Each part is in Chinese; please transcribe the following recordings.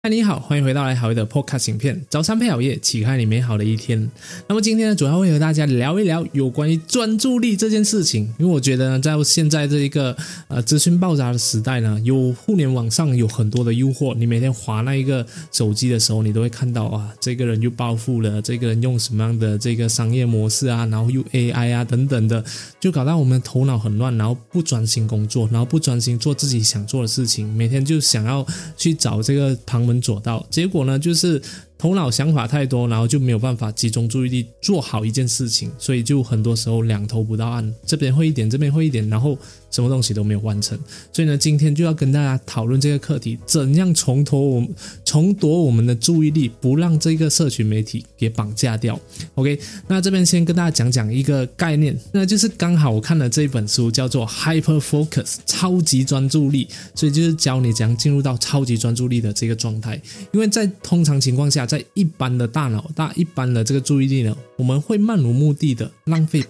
嗨，你好，欢迎回到来好业的 Podcast 影片，早餐配好业，启开你美好的一天。那么今天呢，主要会和大家聊一聊有关于专注力这件事情，因为我觉得呢，在现在这一个资讯爆炸的时代呢，有互联网上有很多的诱惑，你每天滑那一个手机的时候，你都会看到啊，这个人又暴富了，这个人用什么样的这个商业模式啊，然后又 AI 啊等等的，就搞到我们的头脑很乱，然后不专心工作，然后不专心做自己想做的事情，每天就想要去找这个旁门左道，结果呢就是头脑想法太多，然后就没有办法集中注意力做好一件事情，所以就很多时候两头不到岸，这边会一点，这边会一点，然后什么东西都没有完成。所以呢，今天就要跟大家讨论这个课题，怎样重夺我们的注意力，不让这个社群媒体给绑架掉。OK， 那这边先跟大家讲一个概念，那就是刚好我看了这本书叫做 Hyper Focus 超级专注力，所以就是教你怎样进入到超级专注力的这个状态。因为在通常情况下，在一般的大脑一般的这个注意力呢，我们会漫无目的的浪费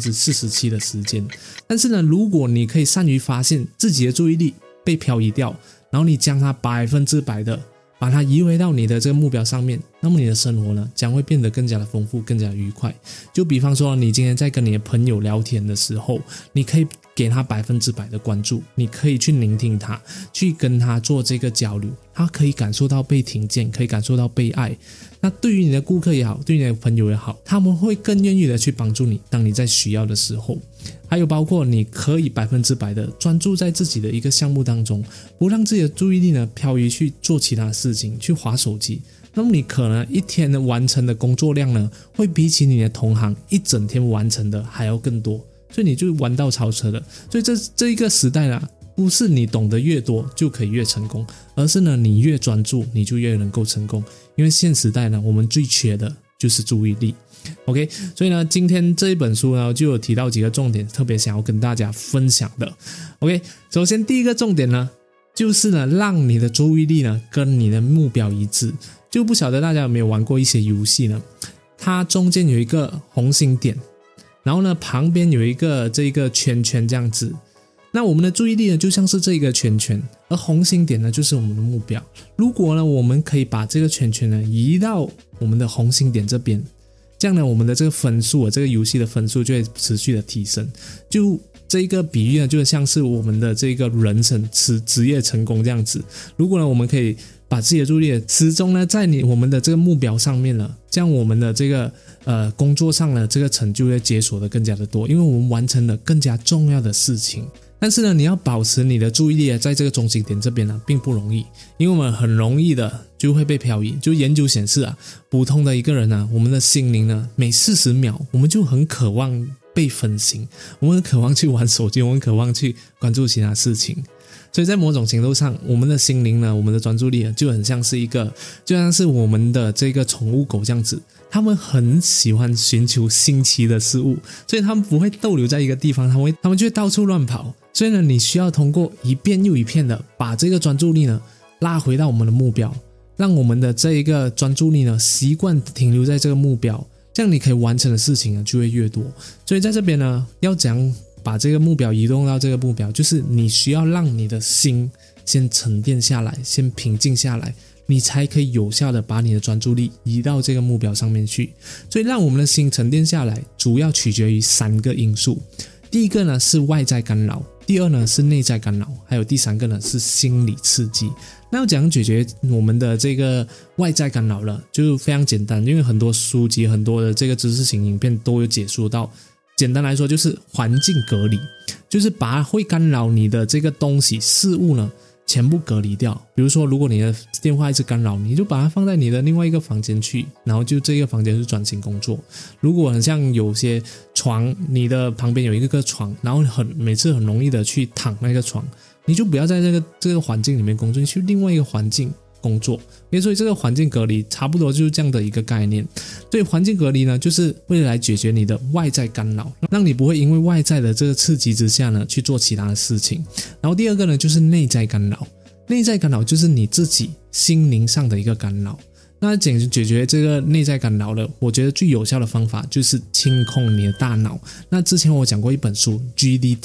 47% 的时间。但是呢，如果你可以善于发现自己的注意力被漂移掉，然后你将它100%的把它移回到你的这个目标上面，那么你的生活呢将会变得更加的丰富，更加的愉快。就比方说你今天在跟你的朋友聊天的时候，你可以给他100%的关注，你可以去聆听他，去跟他做这个交流，他可以感受到被听见，可以感受到被爱。那对于你的顾客也好，对于你的朋友也好，他们会更愿意的去帮助你，当你在需要的时候。还有包括你可以100%的专注在自己的一个项目当中，不让自己的注意力呢漂移去做其他事情，去滑手机。那么你可能一天的完成的工作量呢，会比起你的同行一整天完成的还要更多，所以你就弯道超车了。所以这一个时代呢，不是你懂得越多就可以越成功，而是呢你越专注你就越能够成功。因为现时代呢，我们最缺的就是注意力。OK， 所以呢，今天这一本书呢就有提到几个重点，特别想要跟大家分享的。OK， 首先第一个重点呢，就是呢让你的注意力呢跟你的目标一致。就不晓得大家有没有玩过一些游戏呢？它中间有一个红心点，然后呢旁边有一个这个圈圈这样子。那我们的注意力呢就像是这个圈圈，而红心点呢就是我们的目标。如果呢我们可以把这个圈圈呢移到我们的红心点这边，这样呢我们的这个分数，这个游戏的分数就会持续的提升。就这个比喻呢就像是我们的这个人生职业成功这样子。如果呢我们可以把自己的注意力始终呢在我们的这个目标上面了，这样我们的这个工作上呢这个成就会解锁的更加的多，因为我们完成了更加重要的事情。但是呢你要保持你的注意力在这个中心点这边呢并不容易，因为我们很容易的就会被漂移。就研究显示啊，普通的一个人呢，我们的心灵呢每40秒我们就很渴望被分心，我们很渴望去玩手机，我们很渴望去关注其他事情。所以在某种程度上，我们的心灵呢，我们的专注力就很像是就像是我们的这个宠物狗这样子，他们很喜欢寻求新奇的事物，所以他们不会逗留在一个地方，他们就会到处乱跑。所以呢，你需要通过一遍又一遍的把这个专注力呢拉回到我们的目标，让我们的这一个专注力呢习惯停留在这个目标，这样你可以完成的事情呢就会越多。所以在这边呢，要怎样把这个目标移动到这个目标，就是你需要让你的心先沉淀下来，先平静下来，你才可以有效的把你的专注力移到这个目标上面去。所以让我们的心沉淀下来，主要取决于3个因素。第一个呢是外在干扰，第二呢是内在干扰，还有第3个呢是心理刺激。那要怎样解决我们的这个外在干扰呢？就非常简单，因为很多书籍很多的这个知识型影片都有解说到，简单来说就是环境隔离，就是把会干扰你的这个东西事物呢全部隔离掉。比如说如果你的电话一直干扰你，就把它放在你的另外一个房间去，然后就这个房间是专心工作。如果很像有些床，你的旁边有一个床，然后每次很容易的去躺那个床，你就不要在这个环境里面工作，你去另外一个环境工作。所以这个环境隔离差不多就是这样的一个概念。对，环境隔离呢就是为了来解决你的外在干扰，让你不会因为外在的这个刺激之下呢去做其他的事情。然后第二个呢就是内在干扰，内在干扰就是你自己心灵上的一个干扰。那解决这个内在干扰了，我觉得最有效的方法就是清空你的大脑。那之前我讲过一本书 GDT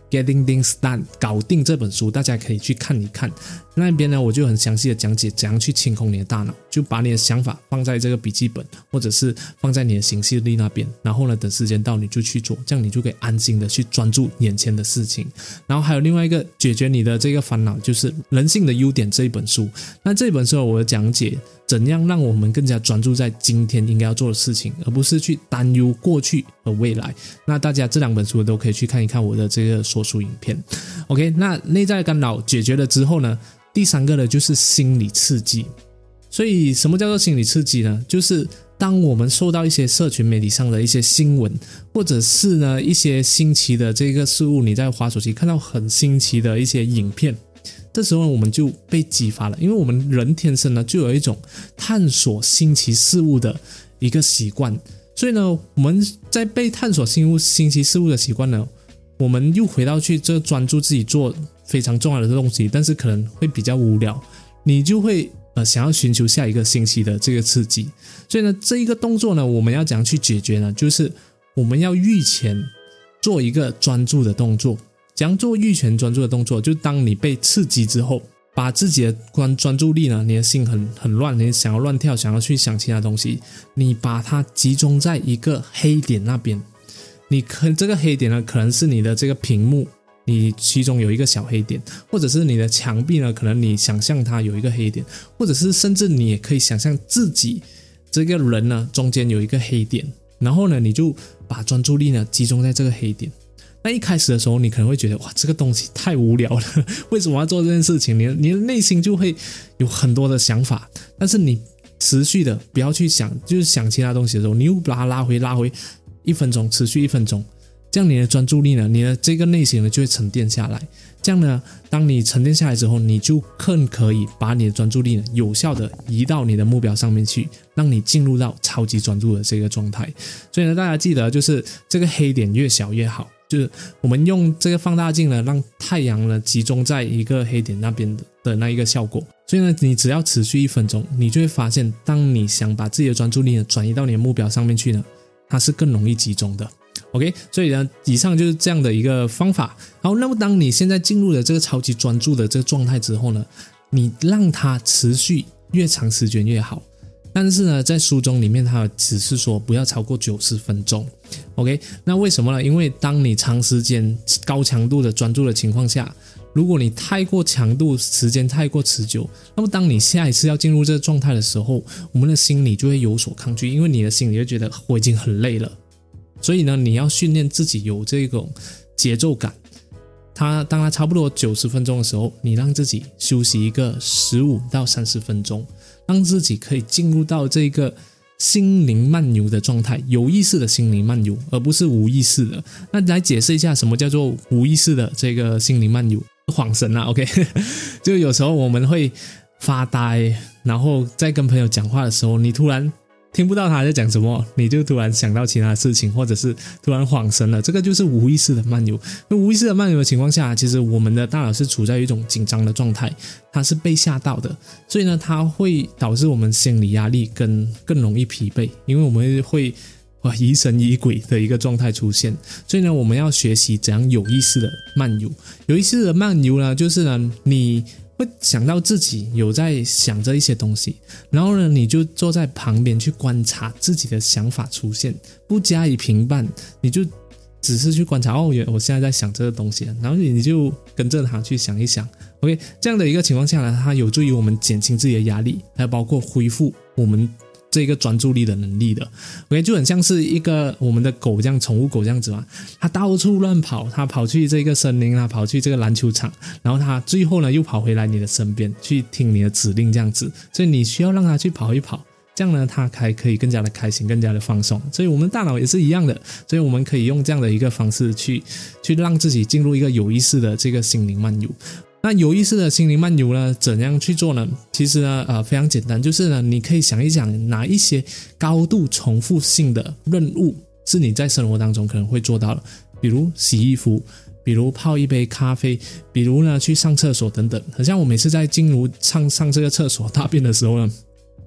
Getting Things Done 搞定这本书，大家可以去看一看。那边呢，我就很详细的讲解怎样去清空你的大脑，就把你的想法放在这个笔记本，或者是放在你的行事历那边，然后呢，等时间到你就去做，这样你就可以安心的去专注眼前的事情。然后还有另外一个解决你的这个烦恼，就是《人性的优点》这一本书。那这本书我的讲解怎样让我们更加专注在今天应该要做的事情，而不是去担忧过去和未来。那大家这2本书都可以去看一看我的这个说书影片。OK， 那内在干扰解决了之后呢，第3个呢就是心理刺激。所以什么叫做心理刺激呢？就是当我们受到一些社群媒体上的一些新闻，或者是呢一些新奇的这个事物，你在滑手机看到很新奇的一些影片，这时候我们就被激发了，因为我们人天生呢就有一种探索新奇事物的一个习惯，所以呢我们在被探索新奇事物的习惯呢，我们又回到去这专注自己做非常重要的东西，但是可能会比较无聊，你就会想要寻求下一个新奇的这个刺激。所以呢这一个动作呢，我们要怎样去解决呢？就是我们要预前做一个专注的动作。怎样做预前专注的动作？就当你被刺激之后，把自己的专注力呢，你的心很乱，你想要乱跳，想要去想其他东西，你把它集中在一个黑点那边。这个黑点呢，可能是你的这个屏幕，你其中有一个小黑点，或者是你的墙壁呢，可能你想象它有一个黑点，或者是甚至你也可以想象自己这个人呢中间有一个黑点，然后呢你就把专注力呢集中在这个黑点。那一开始的时候你可能会觉得哇，这个东西太无聊了，为什么要做这件事情？你的内心就会有很多的想法，但是你持续的不要去想，就是想其他东西的时候，你又把它拉回1分钟，持续1分钟，这样你的专注力呢，你的这个内心呢就会沉淀下来。这样呢，当你沉淀下来之后，你就更可以把你的专注力呢有效的移到你的目标上面去，让你进入到超级专注的这个状态。所以呢，大家记得就是这个黑点越小越好，就是我们用这个放大镜呢，让太阳呢集中在一个黑点那边的那一个效果。所以呢，你只要持续1分钟，你就会发现，当你想把自己的专注力呢转移到你的目标上面去呢，它是更容易集中的。OK， 所以呢，以上就是这样的一个方法。好，那么当你现在进入了这个超级专注的这个状态之后呢，你让它持续越长时间越好。但是呢，在书中里面它只是说不要超过90分钟。OK， 那为什么呢？因为当你长时间高强度的专注的情况下，如果你太过强度，时间太过持久，那么当你下一次要进入这个状态的时候，我们的心理就会有所抗拒，因为你的心里会觉得我已经很累了。所以呢，你要训练自己有这种节奏感。当它差不多90分钟的时候，你让自己休息一个15到30分钟，让自己可以进入到这个心灵漫游的状态，有意识的心灵漫游，而不是无意识的。那来解释一下什么叫做无意识的这个心灵漫游，恍神啊 OK 就有时候我们会发呆，然后在跟朋友讲话的时候，你突然听不到他在讲什么，你就突然想到其他事情，或者是突然恍神了，这个就是无意识的漫游。那无意识的漫游的情况下，其实我们的大脑是处在一种紧张的状态，它是被吓到的，所以呢，它会导致我们心理压力跟更容易疲惫，因为我们会疑神疑鬼的一个状态出现。所以呢，我们要学习怎样有意识的漫游。有意识的漫游呢，就是呢，你会想到自己有在想着一些东西，然后呢，你就坐在旁边去观察自己的想法出现，不加以评判，你就只是去观察，哦，我现在在想这个东西，然后你就跟着它去想一想。OK， 这样的一个情况下呢，它有助于我们减轻自己的压力，还有包括恢复我们这个专注力的能力的。 OK， 就很像是一个我们的狗这样，宠物狗这样子嘛，它到处乱跑，它跑去这个森林，它跑去这个篮球场，然后它最后呢又跑回来你的身边去听你的指令这样子，所以你需要让它去跑一跑，这样呢它还可以更加的开心，更加的放松。所以我们大脑也是一样的，所以我们可以用这样的一个方式去让自己进入一个有意识的这个心灵漫游。那有意识的心灵漫游呢，怎样去做呢？其实呢，非常简单，就是呢，你可以想一想哪一些高度重复性的任务是你在生活当中可能会做到的，比如洗衣服，比如泡一杯咖啡，比如呢去上厕所等等。好像我每次在进入上这个厕所大便的时候呢，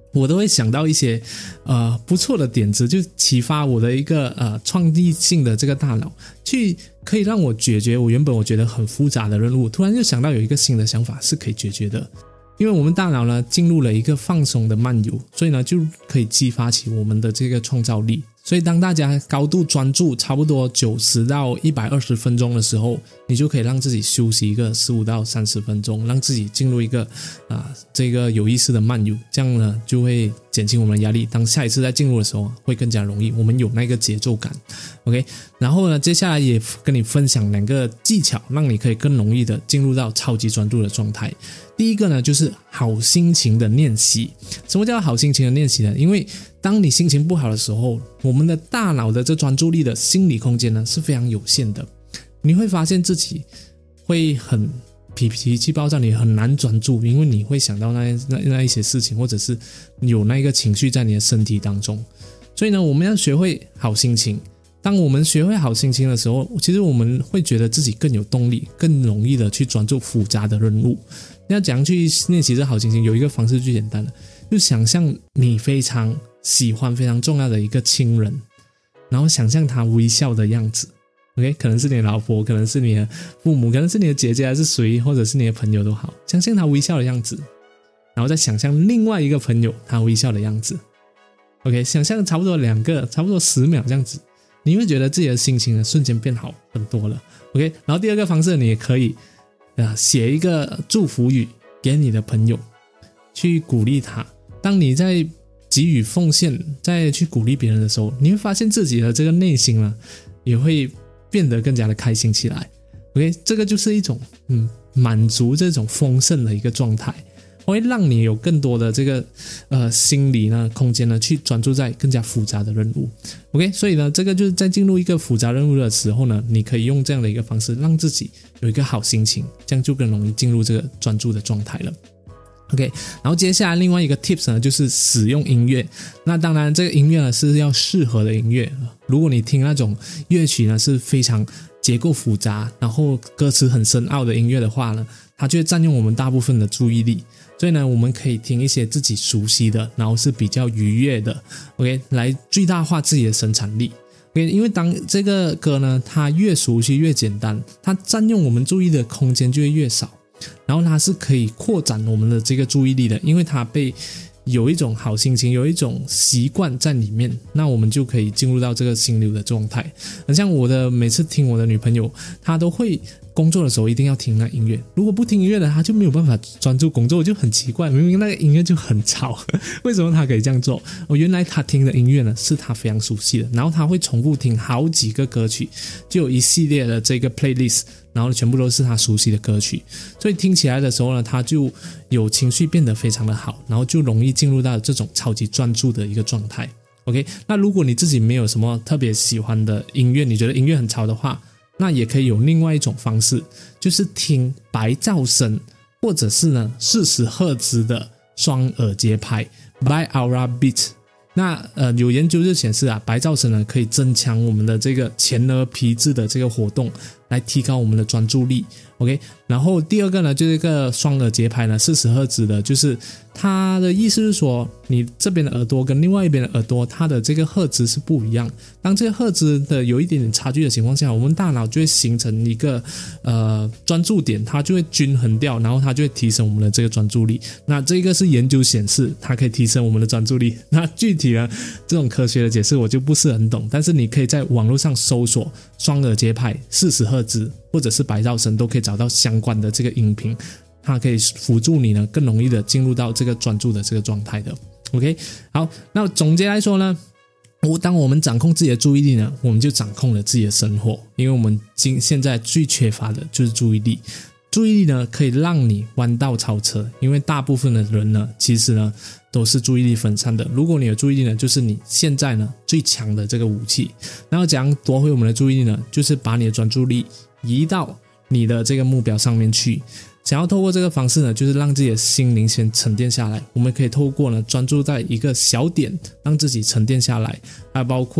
我都会想到一些不错的点子，就启发我的一个创意性的这个大脑，去可以让我解决我原本我觉得很复杂的任务，突然就想到有一个新的想法是可以解决的。因为我们大脑呢进入了一个放松的漫游，所以呢就可以激发起我们的这个创造力。所以当大家高度专注差不多90到120分钟的时候，你就可以让自己休息一个15到30分钟，让自己进入一个这个有意识的漫游，这样呢就会减轻我们的压力，当下一次再进入的时候会更加容易，我们有那个节奏感。 OK， 然后呢接下来也跟你分享2个技巧，让你可以更容易的进入到超级专注的状态。第一个呢就是好心情的练习。什么叫好心情的练习呢？因为当你心情不好的时候，我们的大脑的这专注力的心理空间呢是非常有限的，你会发现自己会很脾气暴躁，你很难专注，因为你会想到那一些事情，或者是有那个情绪在你的身体当中。所以呢我们要学会好心情。当我们学会好心情的时候，其实我们会觉得自己更有动力，更容易的去专注复杂的任务。要怎样去练习这好心情？有一个方式最简单的，就想象你非常喜欢非常重要的一个亲人，然后想象他微笑的样子。 OK， 可能是你的老婆，可能是你的父母，可能是你的姐姐，还是谁，或者是你的朋友都好，想象他微笑的样子，然后再想象另外一个朋友他微笑的样子。 OK， 想象差不多差不多10秒这样子，你会觉得自己的心情呢瞬间变好很多了。 OK， 然后第二个方式你也可以写一个祝福语给你的朋友，去鼓励他。当你在给予奉献，再去鼓励别人的时候，你会发现自己的这个内心呢也会变得更加的开心起来。 OK， 这个就是一种满足这种丰盛的一个状态，会让你有更多的这个心理呢空间呢去专注在更加复杂的任务。 OK， 所以呢这个就是在进入一个复杂任务的时候呢，你可以用这样的一个方式让自己有一个好心情，这样就更容易进入这个专注的状态了。 OK， 然后接下来另外一个 tips 呢就是使用音乐。那当然这个音乐呢是要适合的音乐，如果你听那种乐曲呢是非常结构复杂，然后歌词很深奥的音乐的话呢，它就会占用我们大部分的注意力。所以呢我们可以听一些自己熟悉的，然后是比较愉悦的 OK， 来最大化自己的生产力。 OK， 因为当这个歌呢它越熟悉越简单，它占用我们注意的空间就会越少，然后它是可以扩展我们的这个注意力的，因为它被有一种好心情，有一种习惯在里面，那我们就可以进入到这个心流的状态。很像每次听我的女朋友，她都会工作的时候一定要听那音乐，如果不听音乐的她就没有办法专注工作。我就很奇怪，明明那个音乐就很吵，为什么她可以这样做？原来她听的音乐呢是她非常熟悉的，然后她会重复听好几个歌曲，就有一系列的这个 playlist， 然后全部都是她熟悉的歌曲，所以听起来的时候呢，她就有情绪变得非常的好，然后就容易进入到这种超级专注的一个状态。 OK， 那如果你自己没有什么特别喜欢的音乐，你觉得音乐很吵的话，那也可以有另外一种方式，就是听白噪声，或者是呢40赫兹的双耳节拍 binaural beat。 那有研究就显示白噪声呢可以增强我们的这个前额皮质的这个活动，来提高我们的专注力。 OK， 然后第二个呢就是一个双耳节拍呢40赫兹的，就是它的意思是说你这边的耳朵跟另外一边的耳朵它的这个赫兹是不一样，当这个赫兹的有一点点差距的情况下，我们大脑就会形成一个专注点，它就会均衡掉，然后它就会提升我们的这个专注力。那这个是研究显示它可以提升我们的专注力，那具体呢这种科学的解释我就不是很懂，但是你可以在网络上搜索双耳节拍40赫兹或者是白噪声，都可以找到相关的这个音频，它可以辅助你呢更容易的进入到这个专注的这个状态的。 OK， 好，那总结来说呢，当我们掌控自己的注意力呢，我们就掌控了自己的生活，因为我们现在最缺乏的就是注意力。注意力呢可以让你弯道超车，因为大部分的人呢其实呢都是注意力分散的。如果你有注意力呢，就是你现在呢最强的这个武器。然后怎样夺回我们的注意力呢，就是把你的专注力移到你的这个目标上面去。想要透过这个方式呢，就是让自己的心灵先沉淀下来。我们可以透过呢专注在一个小点，让自己沉淀下来，还包括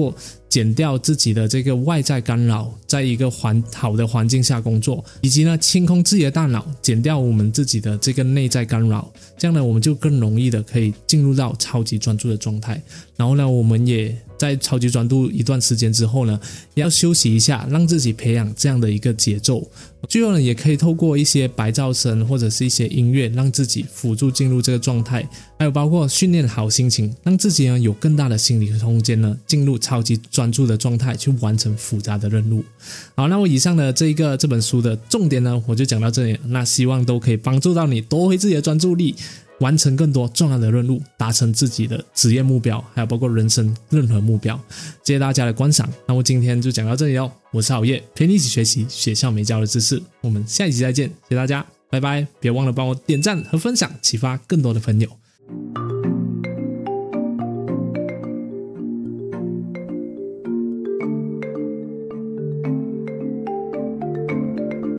减掉自己的这个外在干扰，在一个好的环境下工作，以及呢清空自己的大脑，减掉我们自己的这个内在干扰，这样呢我们就更容易的可以进入到超级专注的状态。然后呢我们也在超级专注一段时间之后呢，也要休息一下，让自己培养这样的一个节奏。最后呢也可以透过一些白噪声或者是一些音乐，让自己辅助进入这个状态，还有包括训练好心情，让自己呢有更大的心理空间呢进入超级专注的状态，去完成复杂的任务。好，那我以上的这本书的重点呢我就讲到这里了，那希望都可以帮助到你夺回自己的专注力，完成更多重要的任务，达成自己的职业目标，还有包括人生任何目标。谢谢大家的观赏，那我今天就讲到这里哦。我是郝烨，陪你一起学习学校没教的知识，我们下一集再见，谢谢大家，拜拜！别忘了帮我点赞和分享，启发更多的朋友。